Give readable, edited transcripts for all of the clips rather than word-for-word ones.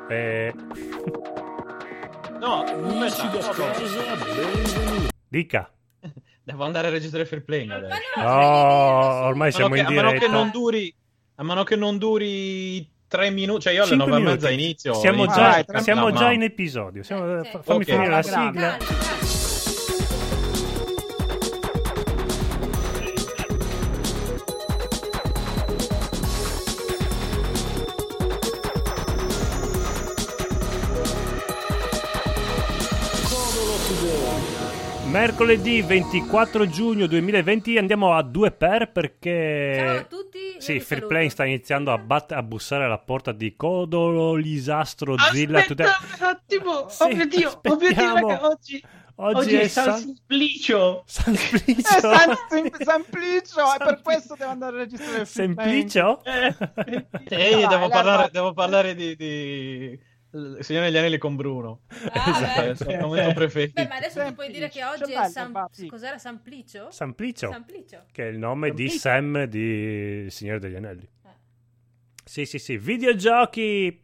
No, aspetta. Dica. Devo andare a registrare Free Play adesso. Ormai siamo in diretta. A meno che non duri 3 minuti, cioè io alle 5 9:30 minuti. inizio. Siamo già in episodio. Fammi finire la sigla. Mercoledì 24 giugno 2020 andiamo a 2 perché... Ciao a tutti. Sì, Free Play sta iniziando a bussare alla porta di Codolo Lisastro Zilla. Aspetta un attimo, oh mio Dio, raga, oggi è San Simplicio. San Simplicio? Simplicio, e per questo devo andare a registrare Free Play. Semplicio? Devo parlare di Il Signore degli Anelli con Bruno. Esatto, è il mio momento preferito. Beh, ma adesso tu puoi dire che oggi è cos'era Samplicio? Samplicio, che è il nome di Sam di Il Signore degli Anelli. Sì, videogiochi.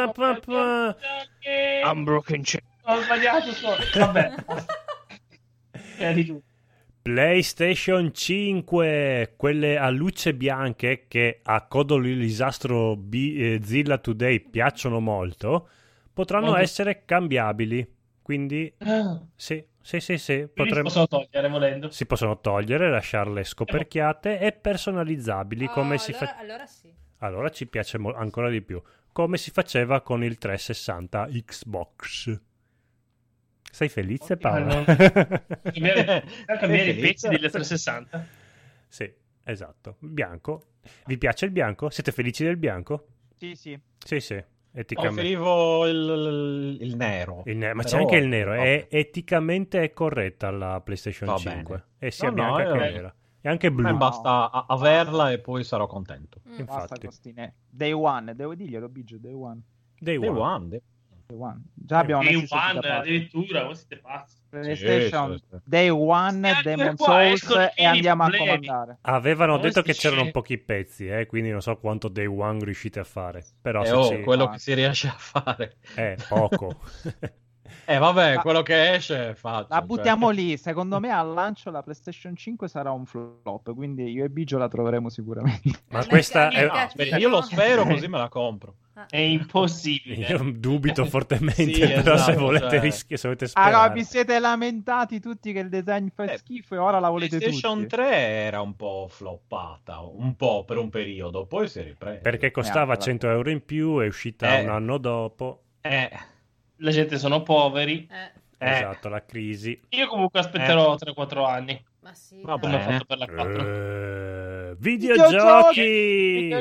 Unbroken Chain. Ho sbagliato, vabbè. PlayStation 5, quelle a luce bianche che a Codolo Lisastro Zilla Today piacciono molto, potranno essere cambiabili. Quindi sì. Si possono togliere volendo. Si possono togliere, lasciarle scoperchiate e personalizzabili come si fa. Allora sì. Allora ci piace ancora di più, come si faceva con il 360 Xbox. Sei felice, Paolo? Cambiare i pezzi del 360? Sì, esatto. Bianco. Vi piace il bianco? Siete felici del bianco? Sì. Preferivo il nero. Ma c'è anche il nero. È eticamente corretta la PlayStation 5. Bene. E sia bianca che nera. E anche blu. A me basta averla e poi sarò contento. Infatti. Day one, devo dirglielo, Biggio, Day one. Day one. Già abbiamo messo addirittura, voi siete pazzi. PlayStation Day One, Demon Souls e andiamo a comandare. Avevano detto che c'erano pochi pezzi, quindi non so quanto Day One riuscite a fare. Però quello che si riesce a fare è poco. Vabbè, quello che esce faccio. La buttiamo lì. Secondo me al lancio la PlayStation 5 sarà un flop, quindi io e Biggio la troveremo sicuramente. Ma questa è... io lo spero, così me la compro. È impossibile. Io dubito fortemente, però se volete se volete sperare. Allora, vi siete lamentati tutti che il design fa schifo e ora la volete tutti. PlayStation 3 era un po' floppata, un po' per un periodo, poi si riprende. Perché costava 100 euro in più, è uscita un anno dopo. La gente sono poveri. Esatto, la crisi. Io comunque aspetterò 3-4 anni. Ma sì, come ho fatto per la 4. Videogiochi!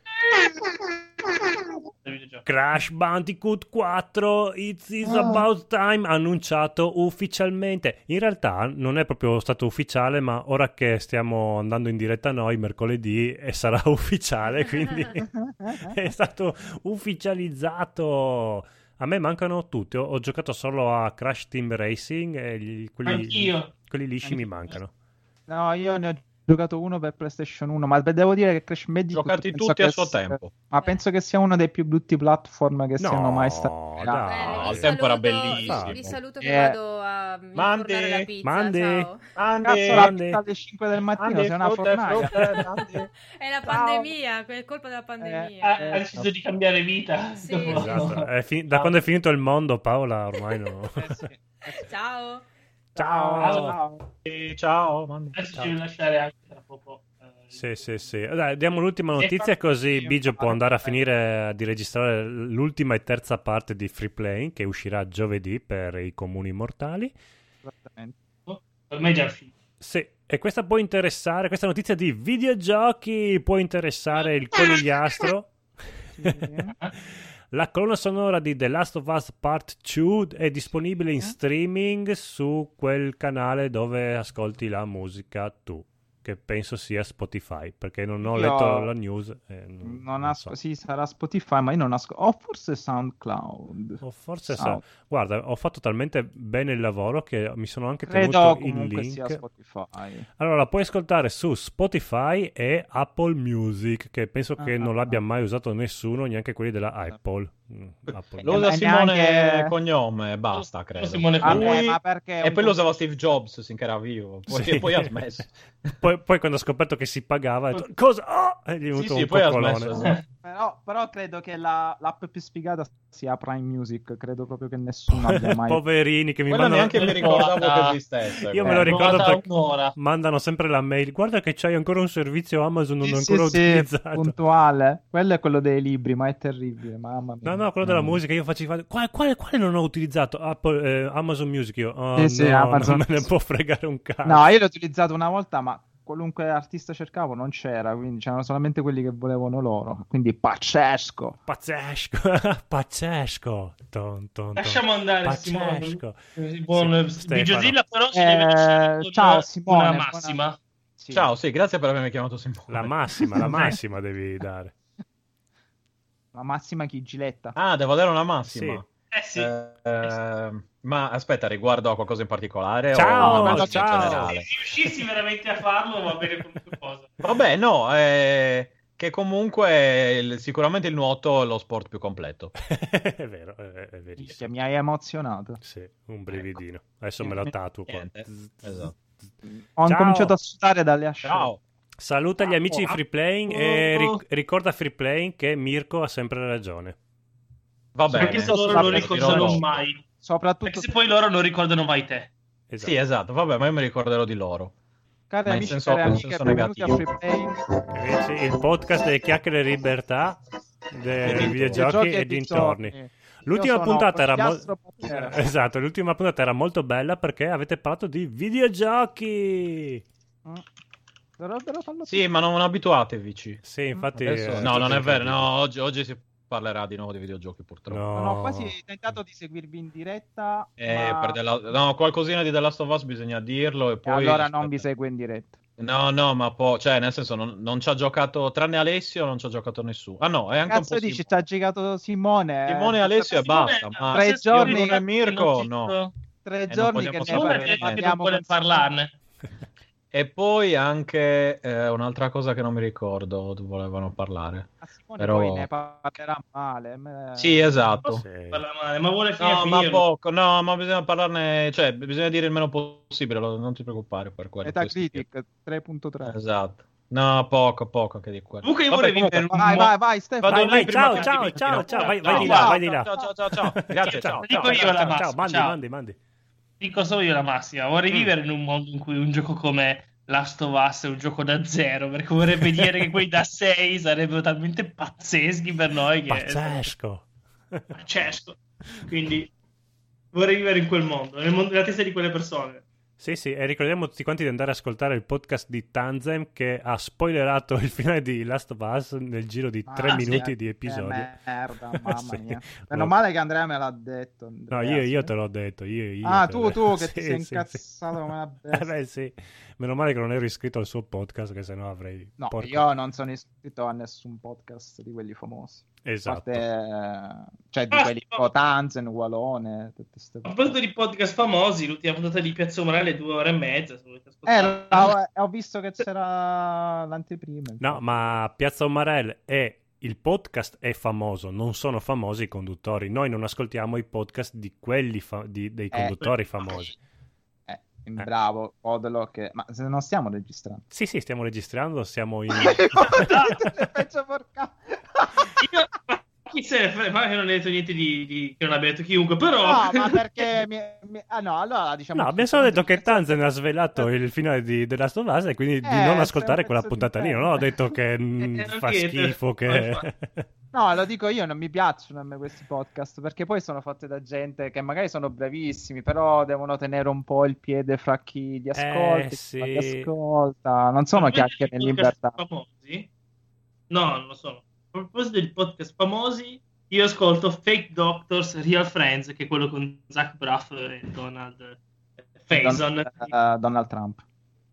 Crash Bandicoot 4 It is about time, annunciato ufficialmente. In realtà non è proprio stato ufficiale, ma ora che stiamo andando in diretta noi mercoledì sarà ufficiale, quindi è stato ufficializzato. A me mancano tutti, ho giocato solo a Crash Team Racing e quelli lisci mi mancano. No, io ne ho giocato uno per PlayStation 1, ma devo dire che Crash Bandicoot giocati tutti a suo tempo. Ma penso che sia uno dei più brutti platform che siano mai stati. Al tempo era bellissimo. Vi saluto che vado a fornare la pizza. Cazzo, la pizza alle 5 del mattino, sei una fornaia. È la pandemia, è colpa della pandemia. Ha deciso di cambiare vita. Sì. Esatto. Da quando è finito il mondo, Paola ormai no. Ciao. Ciao. Adesso ci devo lasciare anche tra poco. Sì. Dai, diamo l'ultima notizia così Biggio può andare a finire di registrare l'ultima e terza parte di Free Play che uscirà giovedì per i comuni mortali. Esattamente. Per me è già finito. Sì, e questa può interessare, questa notizia di videogiochi può interessare il conigliastro. La colonna sonora di The Last of Us Part 2 è disponibile in streaming su quel canale dove ascolti la musica tu, che penso sia Spotify, perché non ho letto la news. Non so. Sì, sarà Spotify, ma io non ascolto. O forse SoundCloud. O forse guarda, ho fatto talmente bene il lavoro che mi sono anche Credo tenuto il comunque link. sia Spotify. Allora, la puoi ascoltare su Spotify e Apple Music, che penso che non l'abbia mai usato nessuno, neanche quelli della Apple. Lo usa Simone Cognome, basta, credo. Simone ma perché e poi lo usava Steve Jobs finché era vivo, poi ha smesso. poi quando ha scoperto che si pagava, ha detto, cosa? Oh! È venuto un poi coccolone. ha smesso. Però credo che l'app più sfigata sia Prime Music, credo proprio che nessuno abbia mai... Poverini che mi Quello mandano... neanche mi ricordavo che esistesse. Io me lo ricordo perché mandano sempre la mail, guarda che c'hai ancora un servizio Amazon non ancora utilizzato. Puntuale. Quello è quello dei libri, ma è terribile, mamma mia. No, quello della musica, io facevo... Quale non ho utilizzato? Amazon Music, io... Amazon. Non me ne può fregare un cazzo. No, io l'ho utilizzato una volta, ma qualunque artista cercavo non c'era, quindi c'erano solamente quelli che volevano loro, quindi pazzesco. Lasciamo andare pazzesco. Simone. Bigiosilla però si deve ciao Simone, una massima. Sì. Ciao, sì, grazie per avermi chiamato Simone. La massima devi dare. La massima chi? Giletta? Ah, devo dare una massima. Sì. Ma aspetta, riguardo a qualcosa in particolare? Ciao, o una ciao. in generale? Se riuscissi veramente a farlo va bene qualunque cosa. Vabbè, no, che comunque sicuramente il nuoto è lo sport più completo. È vero, è verissimo. Mi hai emozionato. Sì, un brividino. Adesso me lo tatuo qua. Esatto. Ho incominciato a sudare dalle ascelle. Ciao. Saluta gli amici di Free Playing e ricorda Free Playing che Mirko ha sempre ragione. Va bene. Perché se loro non ricordano mai. Soprattutto Perché se poi loro non ricordano mai te. Esatto. Sì, esatto. Vabbè, ma io mi ricorderò di loro. Cari Ma in amici, senso- cari in amiche, senso benvenuti a negativo. Free Playing. Invece il podcast delle chiacchiere di libertà, dei videogiochi e dintorni. L'ultima puntata era esatto, l'ultima puntata era molto bella perché avete parlato di videogiochi. Dovrebbero farlo Sì, ma non abituatevi. Sì, infatti Adesso... No, non è vero. No, oggi si parlerà di nuovo di videogiochi, purtroppo. No. Non ho quasi tentato di seguirvi in diretta, No, qualcosina di The Last of Us bisogna dirlo e poi... allora non vi seguo in diretta. No, ma poi, cioè, nel senso, non ci ha giocato, tranne Alessio, non ci ha giocato nessuno. Ah no, è anche Cazzo un po' dici, ci ha giocato Simone. Simone e Alessio e basta. Ma 3 giorni e Mirko, no. 3 non giorni che vogliamo ne sapere Simone non vuole parlarne. E poi anche un'altra cosa che non mi ricordo, volevano parlare. Simone Però... poi ne parlerà male. Sì, esatto. Sì. Parla male, ma vuole No, finire. ma poco, no, ma bisogna parlarne, cioè, bisogna dire il meno possibile, non ti preoccupare per quello. Metacritic 3.3. Esatto. No, poco che di quello. Comunque io vorrei vivere Vai, Stefano. Vado Vai, lì prima ciao, che ciao, vai Ciao, di là, vai di là. Ciao. Grazie, ciao. Dico io la massima. Ciao, mandi. Dico solo io la massima. Vorrei vivere in un mondo in cui un gioco come Last of Us è un gioco da 0, perché vorrebbe dire che quelli da 6 sarebbero talmente pazzeschi per noi che... Pazzesco. Quindi vorrei vivere in quel mondo, nella testa di quelle persone. Sì, e ricordiamo tutti quanti di andare a ascoltare il podcast di Tanzem che ha spoilerato il finale di Last of Us nel giro di 3 minuti di episodio. Merda, mamma Sì. mia. Meno male che Andrea me l'ha detto. No, io te l'ho detto. Io tu che sì, ti sei sì, incazzato come una bestia. beh, sì. Meno male che non ero iscritto al suo podcast, che sennò avrei... No, porco- io non sono iscritto a nessun podcast di quelli famosi. Esatto. Cioè di quelli tipo Tanzen, Ualone, tutte ste A proposito di podcast famosi, l'ultima puntata di Piazza Morale 2 ore e mezza. Se volete ascoltare. Ho visto che c'era l'anteprima. No, ma Piazza Umarell è... Il podcast è famoso, non sono famosi i conduttori. Noi non ascoltiamo i podcast di quelli dei conduttori famosi. Bravo, Odolo, che... Ma se non stiamo registrando. Sì, stiamo registrando, siamo in... Peggio porca. Chi se ne frega, ma che non hai detto niente che non abbia detto chiunque, però... No, ma perché... allora diciamo... No, abbiamo solo detto che Tanzen ha svelato il finale di The Last of Us e quindi di non ascoltare quella puntata lì. Non ho detto che fa schifo, che... No, lo dico io, non mi piacciono a me questi podcast, perché poi sono fatti da gente che magari sono bravissimi, però devono tenere un po' il piede fra chi li ascolta, sì. chi li ascolta. Non sono chiacchiere in libertà. Famosi? No, non lo sono. A proposito di podcast famosi, io ascolto Fake Doctors, Real Friends, che è quello con Zach Braff e Donald Faison. Donald Trump.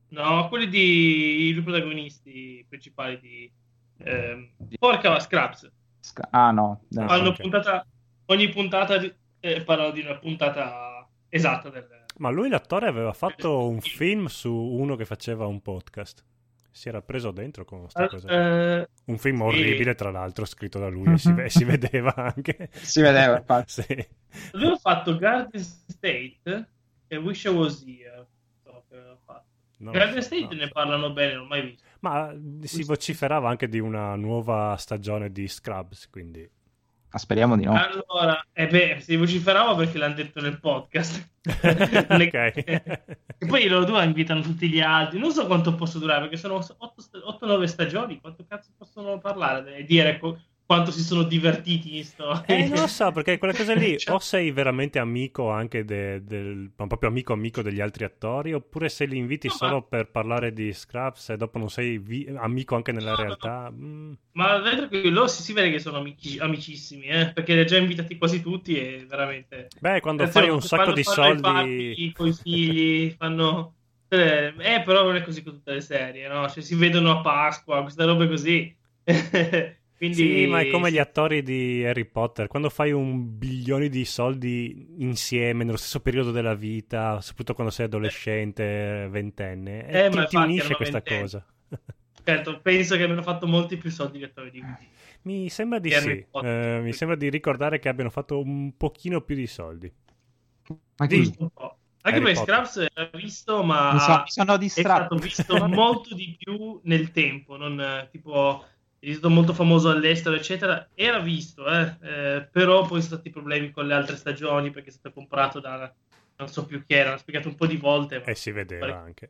No, quelli di i due protagonisti principali di porca Scraps. No. Fanno ok. ogni puntata parlano di una puntata esatta Ma lui, l'attore, aveva fatto un film su uno che faceva un podcast. Si era preso dentro con sta cosa. Un film sì. orribile, tra l'altro, scritto da lui, e si vedeva anche. Si vedeva, infatti. Sì. Lui ha fatto Garden State e Wish I Was Here. So che aveva fatto. Non lo Garden so, State non lo ne so. parlano bene, non l'ho mai visto. Ma si vociferava anche di una nuova stagione di Scrubs, quindi... Speriamo di no. Allora, si vociferava perché l'hanno detto nel podcast. Ok. E poi loro due invitano tutti gli altri. Non so quanto posso durare, perché sono 8-9 stagioni. Quanto cazzo possono parlare e dire quanto si sono divertiti in sto. Non lo so, perché quelle cose lì Cioè- o sei veramente amico anche ma proprio amico degli altri attori, oppure se li inviti No, solo per parlare di Scraps e dopo non sei amico anche nella No. realtà. Ma dentro che loro si vede che sono amicissimi, perché li ha già invitati quasi tutti e veramente... Beh, quando Ragazzi, fai un sacco di fanno i soldi... fatti con i figli, fanno... però non è così con tutte le serie, no? Cioè si vedono a Pasqua, queste robe così. Quindi... Sì, ma è come gli attori di Harry Potter, quando fai un bilione di soldi insieme nello stesso periodo della vita, soprattutto quando sei adolescente, ventenne, ma ti infatti unisce erano questa ventenni. cosa. Certo, penso che abbiano fatto molti più soldi gli attori di Mi sembra di Harry sì, Potter. mi sembra di ricordare che abbiano fatto un pochino più di soldi. Ma Di- un po'. Anche Harry perché Potter. Scraps era visto, ma Mi sono è distratto. stato visto molto di più nel tempo, non tipo è stato molto famoso all'estero, eccetera. Era visto, però poi sono stati problemi con le altre stagioni perché è stato comprato da non so più chi era, l'ho spiegato un po' di volte. E si vedeva anche.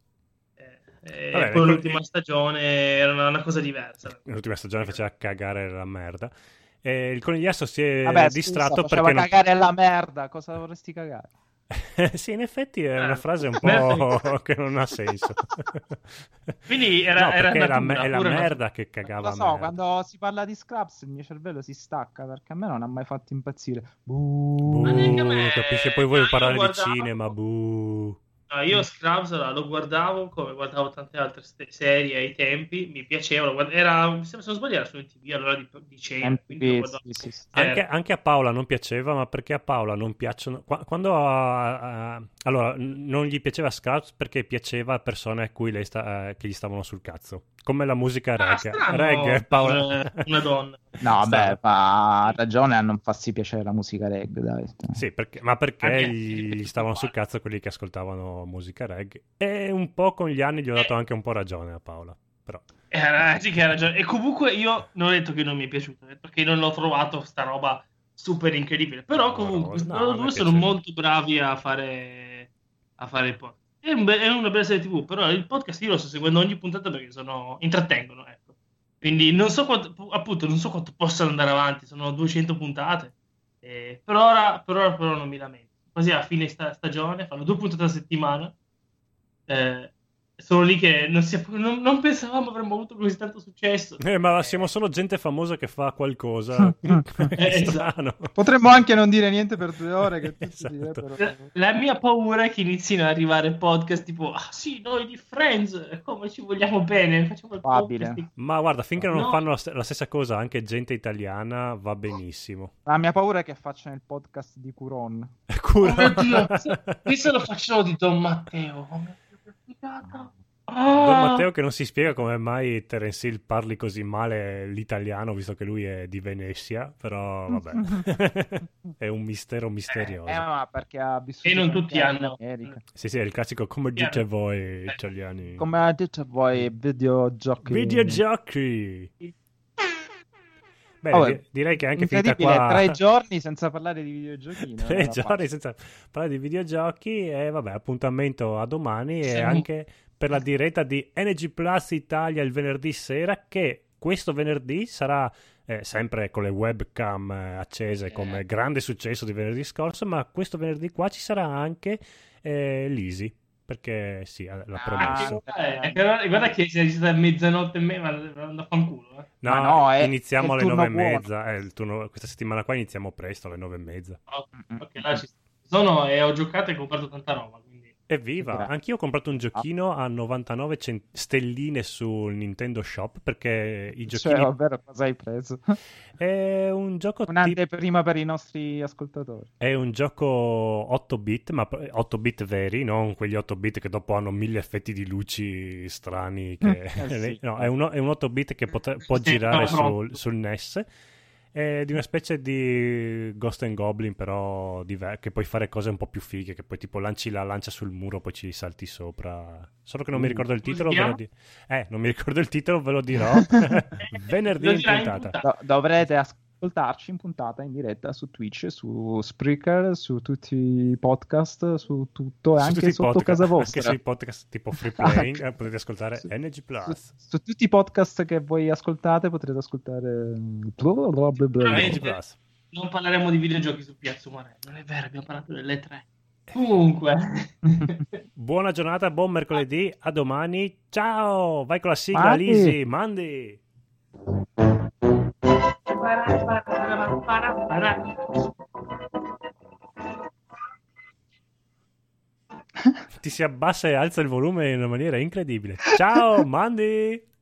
E poi l'ultima stagione era una cosa diversa. L'ultima stagione faceva cagare la merda. E il conigliastro si è Vabbè, distratto faceva perché... cagare la merda. Cosa vorresti cagare? Sì, in effetti è una frase un po' che non ha senso. Quindi era perché è natura, la pura merda natura. che cagava Lo so, merda. quando si parla di Scraps il mio cervello si stacca perché a me non ha mai fatto impazzire. Ma neanche a me. Capisci? Poi vuoi Io parlare di guardavo- cinema, buh. No, io Scrubs lo guardavo come guardavo tante altre serie ai tempi, mi piacevano. Se non sbaglio era su MTV, allora dicevo. Quindi lo guardavo. sì. Anche a Paola non piaceva, ma perché a Paola non piacciono... Quando allora, non gli piaceva Scraps perché piaceva a persone a cui che gli stavano sul cazzo. Come la musica reggae. Strano, Reggae, Paola. una donna. No, Strano. ha ragione a non farsi piacere la musica reggae, dai. Sì, perché Anche- gli stavano sul cazzo quelli che ascoltavano musica reggae. E un po' con gli anni gli ho dato anche un po' ragione a Paola. Però. Sì che hai ragione. E comunque io non ho detto che non mi è piaciuto, ho detto che non l'ho trovato sta roba super incredibile. Però comunque questi No, a me due sono piace. molto bravi a fare il podcast. È una bella serie TV, però il podcast io lo sto seguendo ogni puntata perché intrattengono, ecco. Quindi non so quanto possano andare avanti, sono 200 puntate. Per ora però non mi lamento. Così a fine stagione fanno 2 puntate a settimana. Sono lì che non pensavamo avremmo avuto così tanto successo. Ma siamo solo gente famosa che fa qualcosa. È strano. Potremmo anche non dire niente per 2 ore. Che tutti Esatto. direbbero. La mia paura è che inizino ad arrivare podcast tipo sì, noi di Friends, come ci vogliamo bene, facciamo il Probabile. podcast. Ma guarda, finché non No. fanno la stessa cosa anche gente italiana va benissimo. La mia paura è che facciano il podcast di Curon. Cura. Oh mio Dio, se lo facciamo di Don Matteo. Oh mio Dio, che figata. Don Matteo che non si spiega come mai Terence Hill parli così male l'italiano, visto che lui è di Venezia, però vabbè, è un mistero misterioso. Ma perché ha vissuto E non tanti tutti anni in hanno. America. Sì, è il classico come dite voi italiani. Come dite voi, videogiochi. Videogiochi! Bene, Vabbè, direi che è anche finita incredibile, qua 3 giorni senza parlare di videogiochi. 3 giorni senza parlare di videogiochi e vabbè, appuntamento a domani e Siamo- anche per la diretta di NG Plus Italia il venerdì sera, che questo venerdì sarà sempre con le webcam accese come grande successo di venerdì scorso, ma questo venerdì qua ci sarà anche Lisi, perché sì, l'ha promesso. Guarda che si è registrata a mezzanotte e me, ma andando a fanculo. No, Ma no, iniziamo è alle il 9 e turno mezza. Questa settimana qua iniziamo presto, alle 9 e mezza. Ok, là ci sono e ho giocato e ho comprato tanta roba, quindi Evviva! Grazie. Anch'io ho comprato un giochino a 99 stelline sul Nintendo Shop perché i giochini... Cioè, ovvero, cosa hai preso? È un gioco Un'anteprima per i nostri ascoltatori. È un gioco 8 bit, ma 8 bit veri, non quegli 8 bit che dopo hanno 1000 effetti di luci strani. Che... Sì. No, è un 8 bit che può girare sul NES. È di una specie di Ghost and Goblin, però che puoi fare cose un po' più fighe, che poi tipo lanci la lancia sul muro, poi ci salti sopra. Solo che non mi ricordo il titolo, non mi ricordo il titolo, ve lo dirò venerdì in puntata. Dovrete ascoltarci in puntata in diretta su Twitch, su Spreaker, su tutti i podcast, su tutto, e anche sotto casa vostra. Anche sui podcast tipo Free Playing potete ascoltare NG Plus. Su tutti i podcast che voi ascoltate potrete ascoltare NG Plus. Non parleremo di videogiochi su Piazza Umarello, non è vero, abbiamo parlato delle 3. Comunque. Buona giornata, buon mercoledì, a domani. Ciao! Vai con la sigla, Lisi, mandi! Ti si abbassa e alza il volume in una maniera incredibile. Ciao, mandi!